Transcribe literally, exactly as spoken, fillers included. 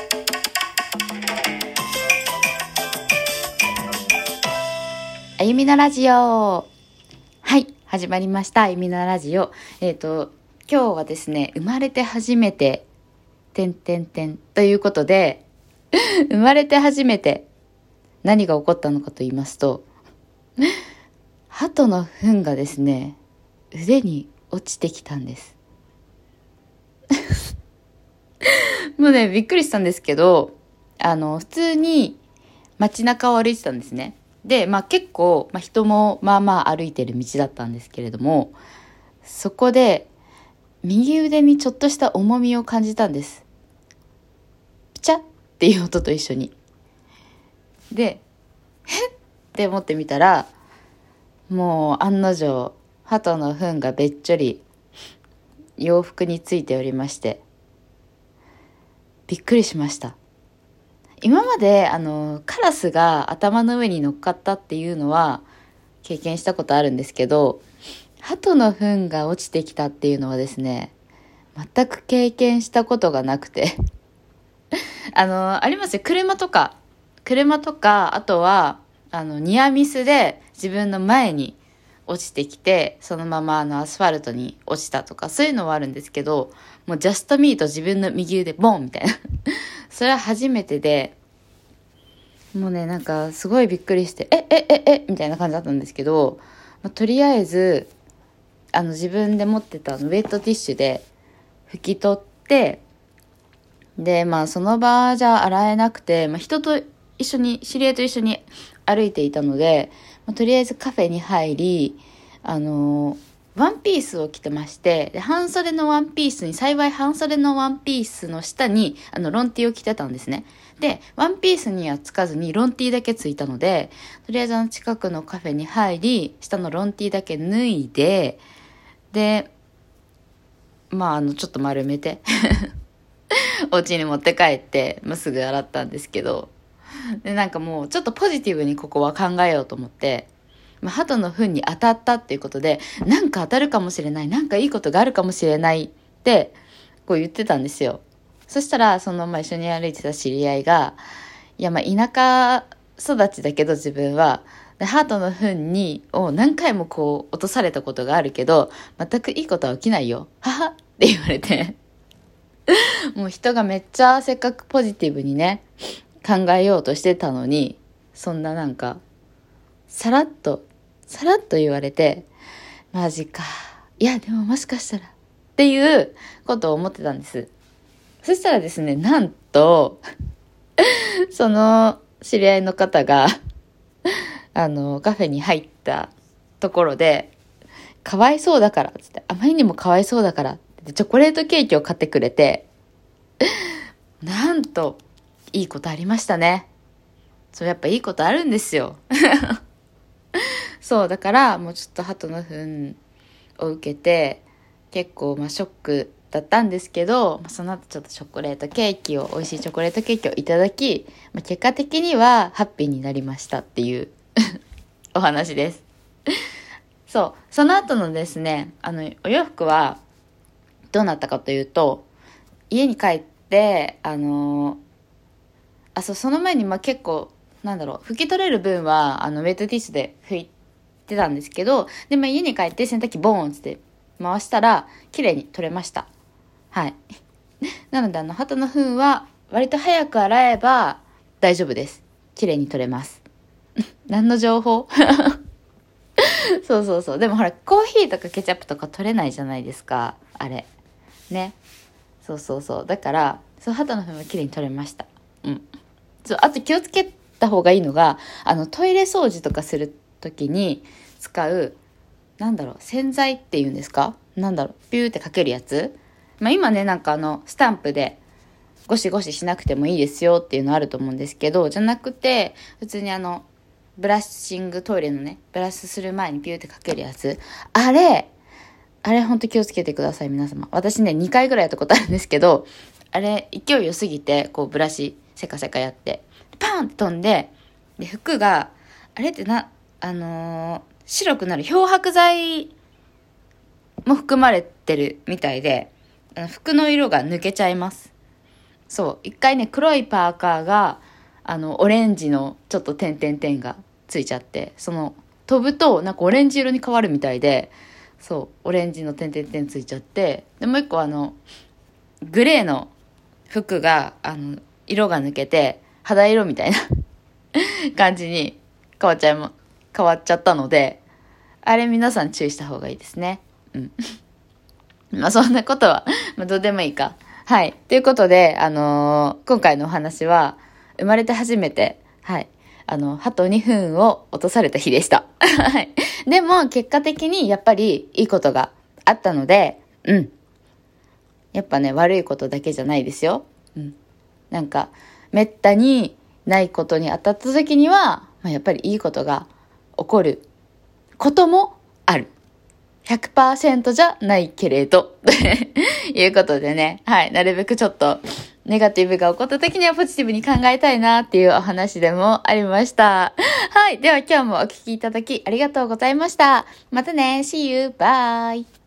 あゆみのラジオ。はい、始まりました。あゆみのラジオ。えっと、今日はですね、生まれて初めて、てんてんてんということで、生まれて初めて何が起こったのかと言いますと、鳩の糞がですね、腕に落ちてきたんです。もうね、びっくりしたんですけど、あの、普通に街中を歩いてたんですね。で、まあ結構、まあ、人もまあまあ歩いてる道だったんですけれども、そこで右腕にちょっとした重みを感じたんです。プチャっていう音と一緒に。で、へっって思ってみたら、もう案の定、鳩の糞がべっちょり洋服についておりまして、びっくりしました。今まであのカラスが頭の上に乗っかったっていうのは経験したことあるんですけど、鳩の糞が落ちてきたっていうのはですね、全く経験したことがなくてあのありますよ、車とか車とかあとはあのニアミスで自分の前に落ちてきてそのままあのアスファルトに落ちたとか、そういうのはあるんですけど、もうジャストミート自分の右腕ボンみたいなそれは初めてで、もうねなんかすごいびっくりして、ええええみたいな感じだったんですけど、まあ、とりあえずあの自分で持ってたウェットティッシュで拭き取って、でまあその場じゃ洗えなくて、まあ、人と一緒に知り合いと一緒に歩いていたので、まあ、とりあえずカフェに入り、あのーワンピースを着てまして、で半袖のワンピースに、幸い半袖のワンピースの下にあのロンティーを着てたんですね。でワンピースにはつかずにロンティーだけついたので、とりあえずあの近くのカフェに入り、下のロンティーだけ脱いで、でまああのちょっと丸めてお家に持って帰って、まあ、すぐ洗ったんですけど、でなんかもうちょっとポジティブにここは考えようと思って、まあ、鳩の糞に当たったっていうことで、なんか当たるかもしれない、なんかいいことがあるかもしれないってこう言ってたんですよ。そしたらそのまあ一緒に歩いてた知り合いが、いやまあ田舎育ちだけど自分はで鳩の糞にを何回もこう落とされたことがあるけど、全くいいことは起きないよ、ははって言われてもう人がめっちゃせっかくポジティブにね考えようとしてたのに、そんななんかさらっとさらっと言われて、マジか、いやでももしかしたらっていうことを思ってたんです。そしたらですね、なんとその知り合いの方があのカフェに入ったところで、かわいそうだからっつって、あまりにもかわいそうだからってチョコレートケーキを買ってくれて、なんといいことありましたね。そうやっぱいいことあるんですよそうだからもうちょっと鳩の糞を受けて結構まあショックだったんですけど、その後ちょっとチョコレートケーキを美味しいチョコレートケーキをいただき、まあ、結果的にはハッピーになりましたっていうお話です。そうその後のですね、あのお洋服はどうなったかというと、家に帰ってあのあそうその前にまあ結構なんだろう、拭き取れる分はあのウェットティッシュで拭いてたんですけど、で、まあ、家に帰って洗濯機ボーンって回したら綺麗に取れました。はいなのであの鳩の糞は割と早く洗えば大丈夫です。綺麗に取れます何の情報そうそうそう。でもほらコーヒーとかケチャップとか取れないじゃないですか、あれね。そうそうそう、だからそう鳩の糞は綺麗に取れました。うん。そう、あと気をつけた方がいいのが、あのトイレ掃除とかするときに使う、なんだろう、洗剤っていうんですか、なんだろう、ピューってかけるやつ、まあ、今ねなんかあのスタンプでゴシゴシしなくてもいいですよっていうのあると思うんですけど、じゃなくて普通にあのブラッシング、トイレのねブラシする前にピューってかけるやつ、あれあれほんと気をつけてください皆様。私ねにかいぐらいやったことあるんですけど、あれ勢い良すぎてこうブラシせかせかやってパーンって飛んで、で服があれってなあのー、白くなる漂白剤も含まれてるみたいで、あの服の色が抜けちゃいます。 そう、一回ね、黒いパーカーが、あの、オレンジのちょっと点々点がついちゃって、その、飛ぶとなんかオレンジ色に変わるみたいで、そう、オレンジの点々点ついちゃって、で、もう一個あの、グレーの服が、あの、色が抜けて、肌色みたいな感じに変わっちゃいま、変わっちゃったので、あれ皆さん注意した方がいいですね。うん。まあそんなことは、まあどうでもいいか。はい。ということで、あのー今回のお話は、生まれて初めて、はい。あの、歯とにふんを落とされた日でした。はい。でも、結果的にやっぱりいいことがあったので、うん。やっぱね、悪いことだけじゃないですよ。うん。なんか、めったにないことに当たった時には、まあ、やっぱりいいことが起こることもある。ひゃくパーセント じゃないけれど、ということでね、はい、なるべくちょっと、ネガティブが起こった時にはポジティブに考えたいなっていうお話でもありました。はい、では今日もお聞きいただきありがとうございました。またね、See you! Bye!